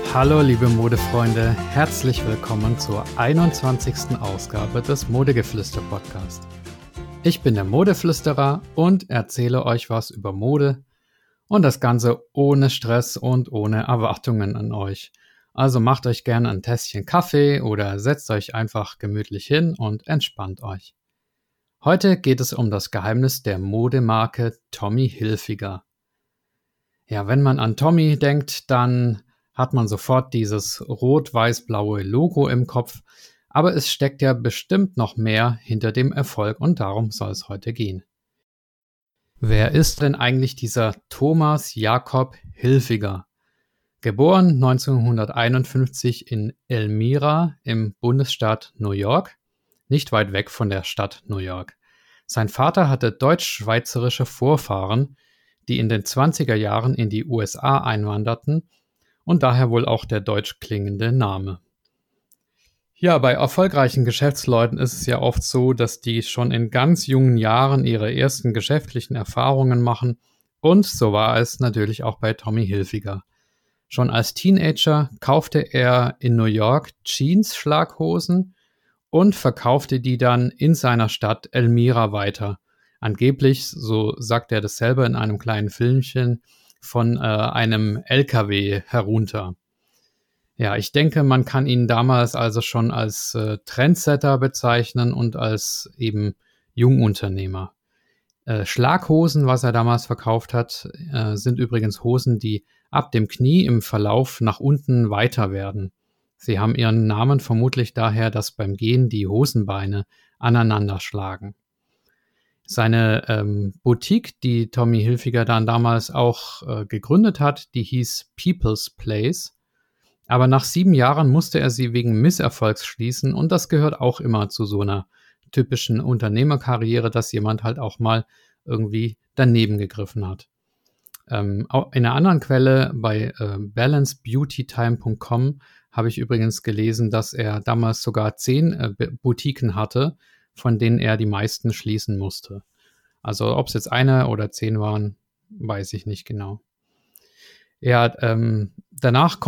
Hallo liebe Modefreunde, herzlich willkommen zur 21. Ausgabe des Modegeflüster-Podcast. Ich bin der Modeflüsterer und erzähle euch was über Mode und das Ganze ohne Stress und ohne Erwartungen an euch. Also macht euch gerne ein Tässchen Kaffee oder setzt euch einfach gemütlich hin und entspannt euch. Heute geht es um das Geheimnis der Modemarke Tommy Hilfiger. Ja, wenn man an Tommy denkt, dann hat man sofort dieses rot-weiß-blaue Logo im Kopf, aber es steckt ja bestimmt noch mehr hinter dem Erfolg und darum soll es heute gehen. Wer ist denn eigentlich dieser Thomas Jakob Hilfiger? Geboren 1951 in Elmira im Bundesstaat New York, nicht weit weg von der Stadt New York. Sein Vater hatte deutsch-schweizerische Vorfahren, die in den 20er Jahren in die USA einwanderten und daher wohl auch der deutsch klingende Name. Ja, bei erfolgreichen Geschäftsleuten ist es ja oft so, dass die schon in ganz jungen Jahren ihre ersten geschäftlichen Erfahrungen machen und so war es natürlich auch bei Tommy Hilfiger. Schon als Teenager kaufte er in New York Jeans-Schlaghosen und verkaufte die dann in seiner Stadt Elmira weiter. Angeblich, so sagt er das selber in einem kleinen Filmchen, von einem LKW herunter. Ja, ich denke, man kann ihn damals also schon als Trendsetter bezeichnen und als eben Jungunternehmer. Schlaghosen, was er damals verkauft hat, sind übrigens Hosen, die ab dem Knie im Verlauf nach unten weiter werden. Sie haben ihren Namen vermutlich daher, dass beim Gehen die Hosenbeine aneinander schlagen. Seine Boutique, die Tommy Hilfiger dann damals auch gegründet hat, die hieß People's Place. Aber nach 7 Jahren musste er sie wegen Misserfolgs schließen und das gehört auch immer zu so einer typischen Unternehmerkarriere, dass jemand halt auch mal irgendwie daneben gegriffen hat. In einer anderen Quelle bei balancebeautytime.com habe ich übrigens gelesen, dass er damals sogar 10 Boutiquen hatte, von denen er die meisten schließen musste. Also ob es jetzt 1 oder 10 waren, weiß ich nicht genau. Ja, danach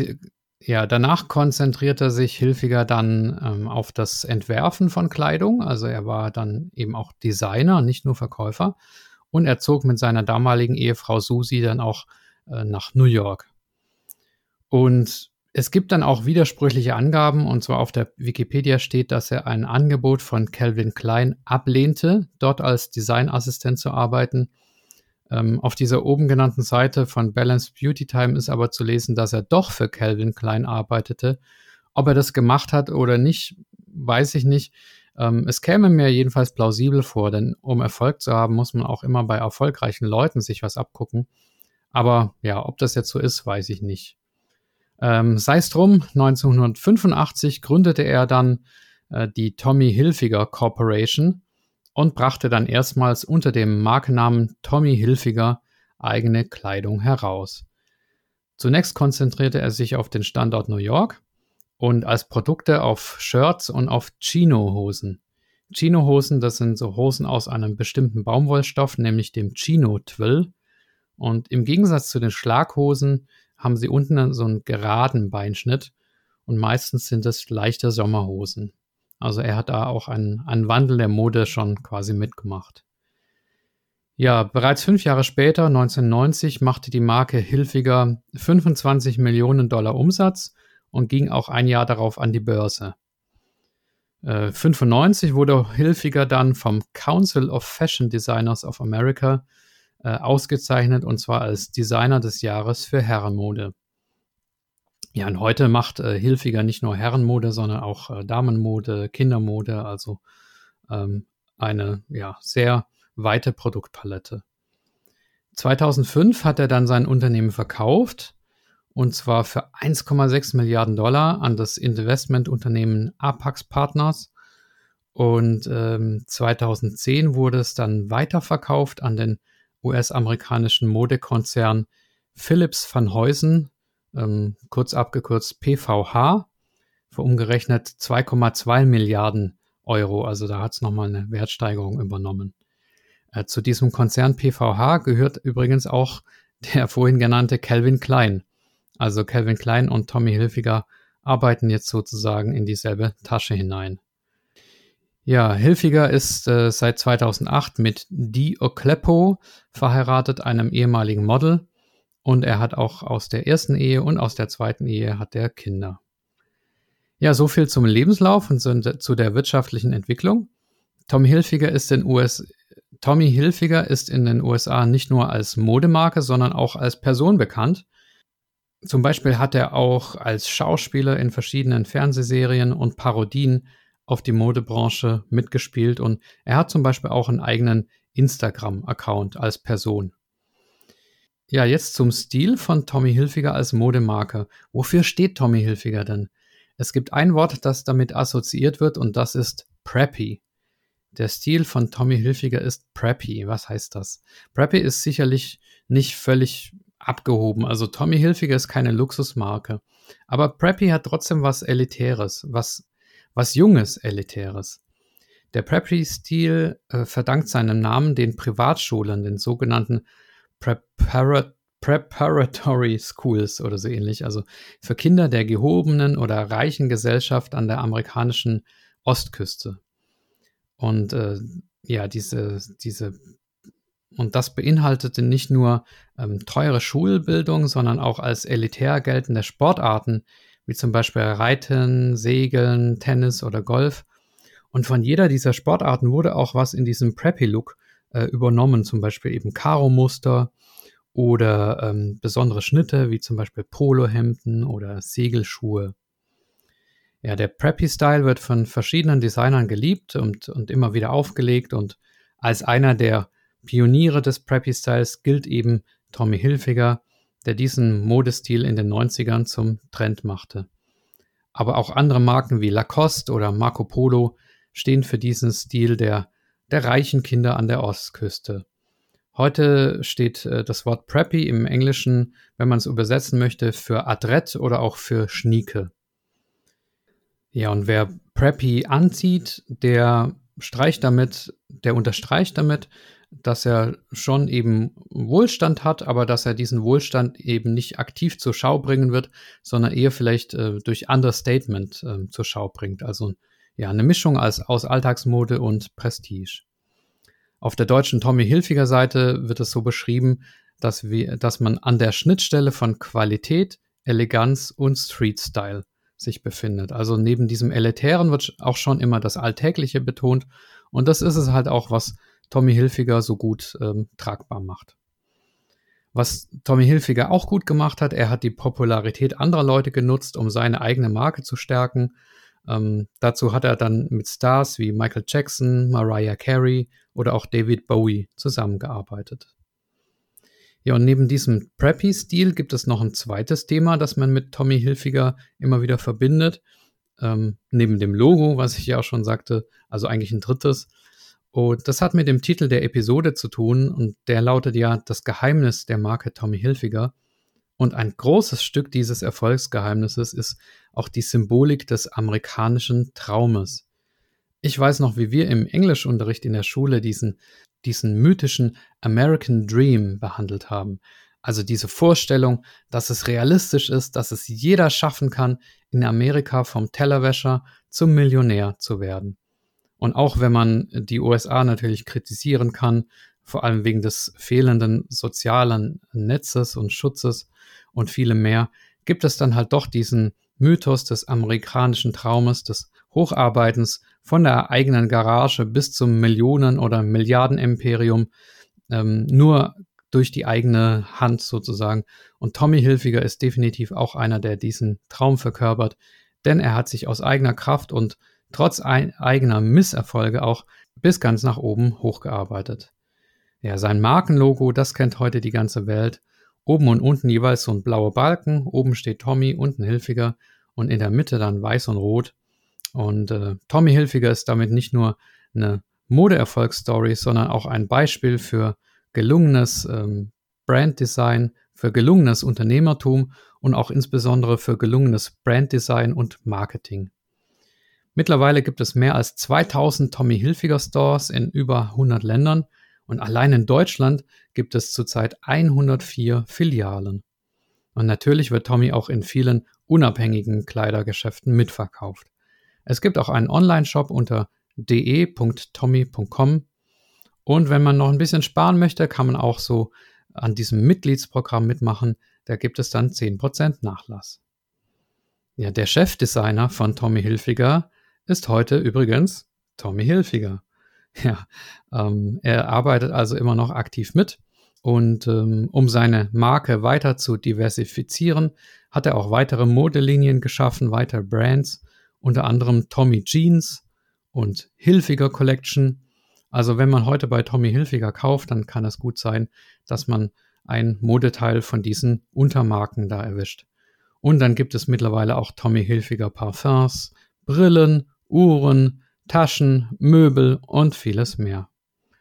konzentrierte sich Hilfiger dann auf das Entwerfen von Kleidung. Also er war dann eben auch Designer, nicht nur Verkäufer. Und er zog mit seiner damaligen Ehefrau Susi dann auch nach New York. Und es gibt dann auch widersprüchliche Angaben, und zwar auf der Wikipedia steht, dass er ein Angebot von Calvin Klein ablehnte, dort als Designassistent zu arbeiten. Auf dieser oben genannten Seite von Balance Beauty Time ist aber zu lesen, dass er doch für Calvin Klein arbeitete. Ob er das gemacht hat oder nicht, weiß ich nicht. Es käme mir jedenfalls plausibel vor, denn um Erfolg zu haben, muss man auch immer bei erfolgreichen Leuten sich was abgucken. Aber ja, ob das jetzt so ist, weiß ich nicht. Sei es drum, 1985 gründete er dann die Tommy Hilfiger Corporation und brachte dann erstmals unter dem Markennamen Tommy Hilfiger eigene Kleidung heraus. Zunächst konzentrierte er sich auf den Standort New York und als Produkte auf Shirts und auf Chino-Hosen. Chino-Hosen, das sind so Hosen aus einem bestimmten Baumwollstoff, nämlich dem Chino-Twill. Und im Gegensatz zu den Schlaghosen haben sie unten so einen geraden Beinschnitt und meistens sind es leichte Sommerhosen. Also er hat da auch einen Wandel der Mode schon quasi mitgemacht. Ja, bereits 5 Jahre später, 1990, machte die Marke Hilfiger $25 Millionen Umsatz und ging auch ein Jahr darauf an die Börse. 1995 wurde Hilfiger dann vom Council of Fashion Designers of America ausgezeichnet und zwar als Designer des Jahres für Herrenmode. Ja, und heute macht Hilfiger nicht nur Herrenmode, sondern auch Damenmode, Kindermode, also eine sehr weite Produktpalette. 2005 hat er dann sein Unternehmen verkauft und zwar für $1,6 Milliarden an das Investmentunternehmen Apax Partners und 2010 wurde es dann weiterverkauft an den US-amerikanischen Modekonzern Phillips Van Heusen, kurz abgekürzt PVH, für umgerechnet 2,2 Milliarden Euro. Also da hat es nochmal eine Wertsteigerung übernommen. Zu diesem Konzern PVH gehört übrigens auch der vorhin genannte Calvin Klein. Also Calvin Klein und Tommy Hilfiger arbeiten jetzt sozusagen in dieselbe Tasche hinein. Ja, Hilfiger ist seit 2008 mit Dee Oklepo verheiratet, einem ehemaligen Model. Und er hat auch aus der ersten Ehe und aus der zweiten Ehe hat er Kinder. Ja, so viel zum Lebenslauf und zu der wirtschaftlichen Entwicklung. Tommy Hilfiger ist in den USA nicht nur als Modemarke, sondern auch als Person bekannt. Zum Beispiel hat er auch als Schauspieler in verschiedenen Fernsehserien und Parodien auf die Modebranche mitgespielt und er hat zum Beispiel auch einen eigenen Instagram-Account als Person. Ja, jetzt zum Stil von Tommy Hilfiger als Modemarke. Wofür steht Tommy Hilfiger denn? Es gibt ein Wort, das damit assoziiert wird und das ist Preppy. Der Stil von Tommy Hilfiger ist Preppy. Was heißt das? Preppy ist sicherlich nicht völlig abgehoben. Also Tommy Hilfiger ist keine Luxusmarke. Aber Preppy hat trotzdem was Elitäres, was Junges Elitäres. Der Preppy-Stil verdankt seinen Namen den Privatschulen, den sogenannten Preparatory Schools oder so ähnlich. Also für Kinder der gehobenen oder reichen Gesellschaft an der amerikanischen Ostküste. Und und das beinhaltete nicht nur teure Schulbildung, sondern auch als elitär geltende Sportarten, wie zum Beispiel Reiten, Segeln, Tennis oder Golf. Und von jeder dieser Sportarten wurde auch was in diesem Preppy-Look übernommen, zum Beispiel eben Karo-Muster oder besondere Schnitte, wie zum Beispiel Polohemden oder Segelschuhe. Ja, der Preppy-Style wird von verschiedenen Designern geliebt und immer wieder aufgelegt und als einer der Pioniere des Preppy-Styles gilt eben Tommy Hilfiger, der diesen Modestil in den 90ern zum Trend machte. Aber auch andere Marken wie Lacoste oder Marco Polo stehen für diesen Stil der reichen Kinder an der Ostküste. Heute steht das Wort Preppy im Englischen, wenn man es übersetzen möchte, für adrett oder auch für schnieke. Ja, und wer Preppy anzieht, der unterstreicht damit, dass er schon eben Wohlstand hat, aber dass er diesen Wohlstand eben nicht aktiv zur Schau bringen wird, sondern eher vielleicht durch Understatement zur Schau bringt. Also ja, eine Mischung aus Alltagsmode und Prestige. Auf der deutschen Tommy Hilfiger Seite wird es so beschrieben, dass man an der Schnittstelle von Qualität, Eleganz und Street Style sich befindet. Also neben diesem Elitären wird auch schon immer das Alltägliche betont und das ist es halt auch, was Tommy Hilfiger so gut tragbar macht. Was Tommy Hilfiger auch gut gemacht hat, er hat die Popularität anderer Leute genutzt, um seine eigene Marke zu stärken. Dazu hat er dann mit Stars wie Michael Jackson, Mariah Carey oder auch David Bowie zusammengearbeitet. Ja, und neben diesem Preppy-Stil gibt es noch ein zweites Thema, das man mit Tommy Hilfiger immer wieder verbindet. Neben dem Logo, was ich ja auch schon sagte, also eigentlich ein drittes. Und das hat mit dem Titel der Episode zu tun und der lautet ja Das Geheimnis der Marke Tommy Hilfiger. Und ein großes Stück dieses Erfolgsgeheimnisses ist auch die Symbolik des amerikanischen Traumes. Ich weiß noch, wie wir im Englischunterricht in der Schule diesen mythischen American Dream behandelt haben. Also diese Vorstellung, dass es realistisch ist, dass es jeder schaffen kann, in Amerika vom Tellerwäscher zum Millionär zu werden. Und auch wenn man die USA natürlich kritisieren kann, vor allem wegen des fehlenden sozialen Netzes und Schutzes und vielem mehr, gibt es dann halt doch diesen Mythos des amerikanischen Traumes, des Hocharbeitens von der eigenen Garage bis zum Millionen- oder Milliarden-Imperium, nur durch die eigene Hand sozusagen. Und Tommy Hilfiger ist definitiv auch einer, der diesen Traum verkörpert, denn er hat sich aus eigener Kraft und trotz eigener Misserfolge auch bis ganz nach oben hochgearbeitet. Ja, sein Markenlogo, das kennt heute die ganze Welt. Oben und unten jeweils so ein blauer Balken. Oben steht Tommy, unten Hilfiger und in der Mitte dann weiß und rot. Und Tommy Hilfiger ist damit nicht nur eine Modeerfolgsstory, sondern auch ein Beispiel für gelungenes Branddesign, für gelungenes Unternehmertum und auch insbesondere für gelungenes Branddesign und Marketing. Mittlerweile gibt es mehr als 2000 Tommy Hilfiger Stores in über 100 Ländern und allein in Deutschland gibt es zurzeit 104 Filialen. Und natürlich wird Tommy auch in vielen unabhängigen Kleidergeschäften mitverkauft. Es gibt auch einen Online-Shop unter de.tommy.com. Und wenn man noch ein bisschen sparen möchte, kann man auch so an diesem Mitgliedsprogramm mitmachen. Da gibt es dann 10% Nachlass. Ja, der Chefdesigner von Tommy Hilfiger ist heute übrigens Tommy Hilfiger. Ja, er arbeitet also immer noch aktiv mit und um seine Marke weiter zu diversifizieren, hat er auch weitere Modelinien geschaffen, weitere Brands, unter anderem Tommy Jeans und Hilfiger Collection. Also wenn man heute bei Tommy Hilfiger kauft, dann kann es gut sein, dass man ein Modeteil von diesen Untermarken da erwischt. Und dann gibt es mittlerweile auch Tommy Hilfiger Parfums, Brillen, Uhren, Taschen, Möbel und vieles mehr.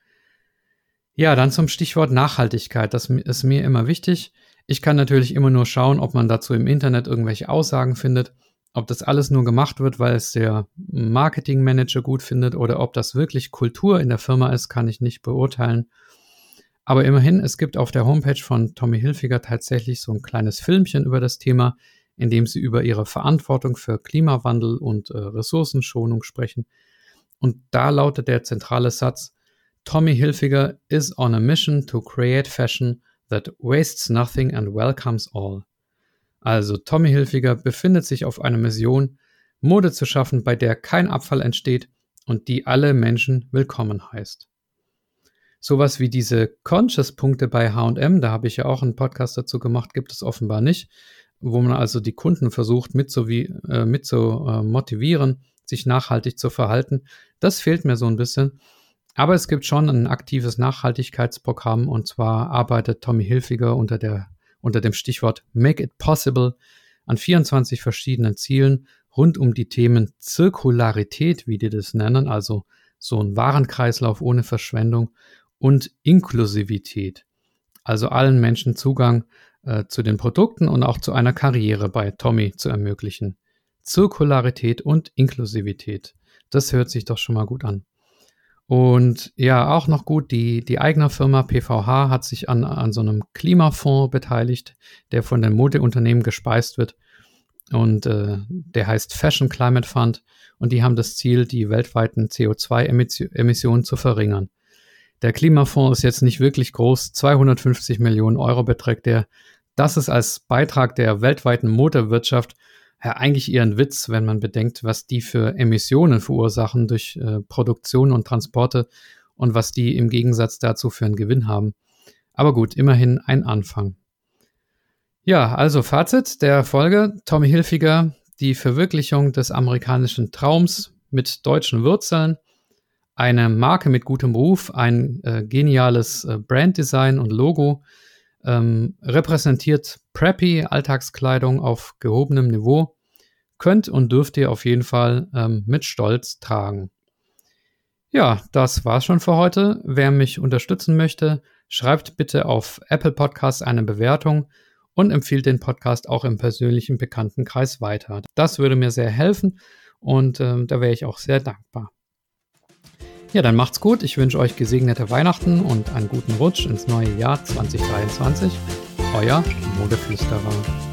Ja, dann zum Stichwort Nachhaltigkeit. Das ist mir immer wichtig. Ich kann natürlich immer nur schauen, ob man dazu im Internet irgendwelche Aussagen findet, ob das alles nur gemacht wird, weil es der Marketingmanager gut findet oder ob das wirklich Kultur in der Firma ist, kann ich nicht beurteilen. Aber immerhin, es gibt auf der Homepage von Tommy Hilfiger tatsächlich so ein kleines Filmchen über das Thema, in dem sie über ihre Verantwortung für Klimawandel und Ressourcenschonung sprechen. Und da lautet der zentrale Satz: Tommy Hilfiger is on a mission to create fashion that wastes nothing and welcomes all. Also Tommy Hilfiger befindet sich auf einer Mission, Mode zu schaffen, bei der kein Abfall entsteht und die alle Menschen willkommen heißt. Sowas wie diese Conscious-Punkte bei H&M, da habe ich ja auch einen Podcast dazu gemacht, gibt es offenbar nicht, wo man also die Kunden versucht mit zu motivieren, sich nachhaltig zu verhalten. Das fehlt mir so ein bisschen. Aber es gibt schon ein aktives Nachhaltigkeitsprogramm, und zwar arbeitet Tommy Hilfiger unter dem Stichwort Make It Possible an 24 verschiedenen Zielen rund um die Themen Zirkularität, wie die das nennen, also so ein Warenkreislauf ohne Verschwendung, und Inklusivität, also allen Menschen Zugang zu den Produkten und auch zu einer Karriere bei Tommy zu ermöglichen. Zirkularität und Inklusivität, das hört sich doch schon mal gut an. Und ja, auch noch gut, die eigene Firma PVH hat sich an so einem Klimafonds beteiligt, der von den Modeunternehmen gespeist wird. Und der heißt Fashion Climate Fund. Und die haben das Ziel, die weltweiten CO2-Emissionen zu verringern. Der Klimafonds ist jetzt nicht wirklich groß, 250 Millionen Euro beträgt der. Das ist als Beitrag der weltweiten Modewirtschaft ja eigentlich eher ein Witz, wenn man bedenkt, was die für Emissionen verursachen durch Produktion und Transporte und was die im Gegensatz dazu für einen Gewinn haben. Aber gut, immerhin ein Anfang. Ja, also Fazit der Folge: Tommy Hilfiger, die Verwirklichung des amerikanischen Traums mit deutschen Wurzeln, eine Marke mit gutem Ruf, ein geniales Branddesign und Logo, repräsentiert preppy Alltagskleidung auf gehobenem Niveau, könnt und dürft ihr auf jeden Fall mit Stolz tragen. Ja, das war's schon für heute. Wer mich unterstützen möchte, schreibt bitte auf Apple Podcasts eine Bewertung und empfiehlt den Podcast auch im persönlichen Bekanntenkreis weiter. Das würde mir sehr helfen und da wäre ich auch sehr dankbar. Ja, dann macht's gut. Ich wünsche euch gesegnete Weihnachten und einen guten Rutsch ins neue Jahr 2023. Euer Modeflüsterer.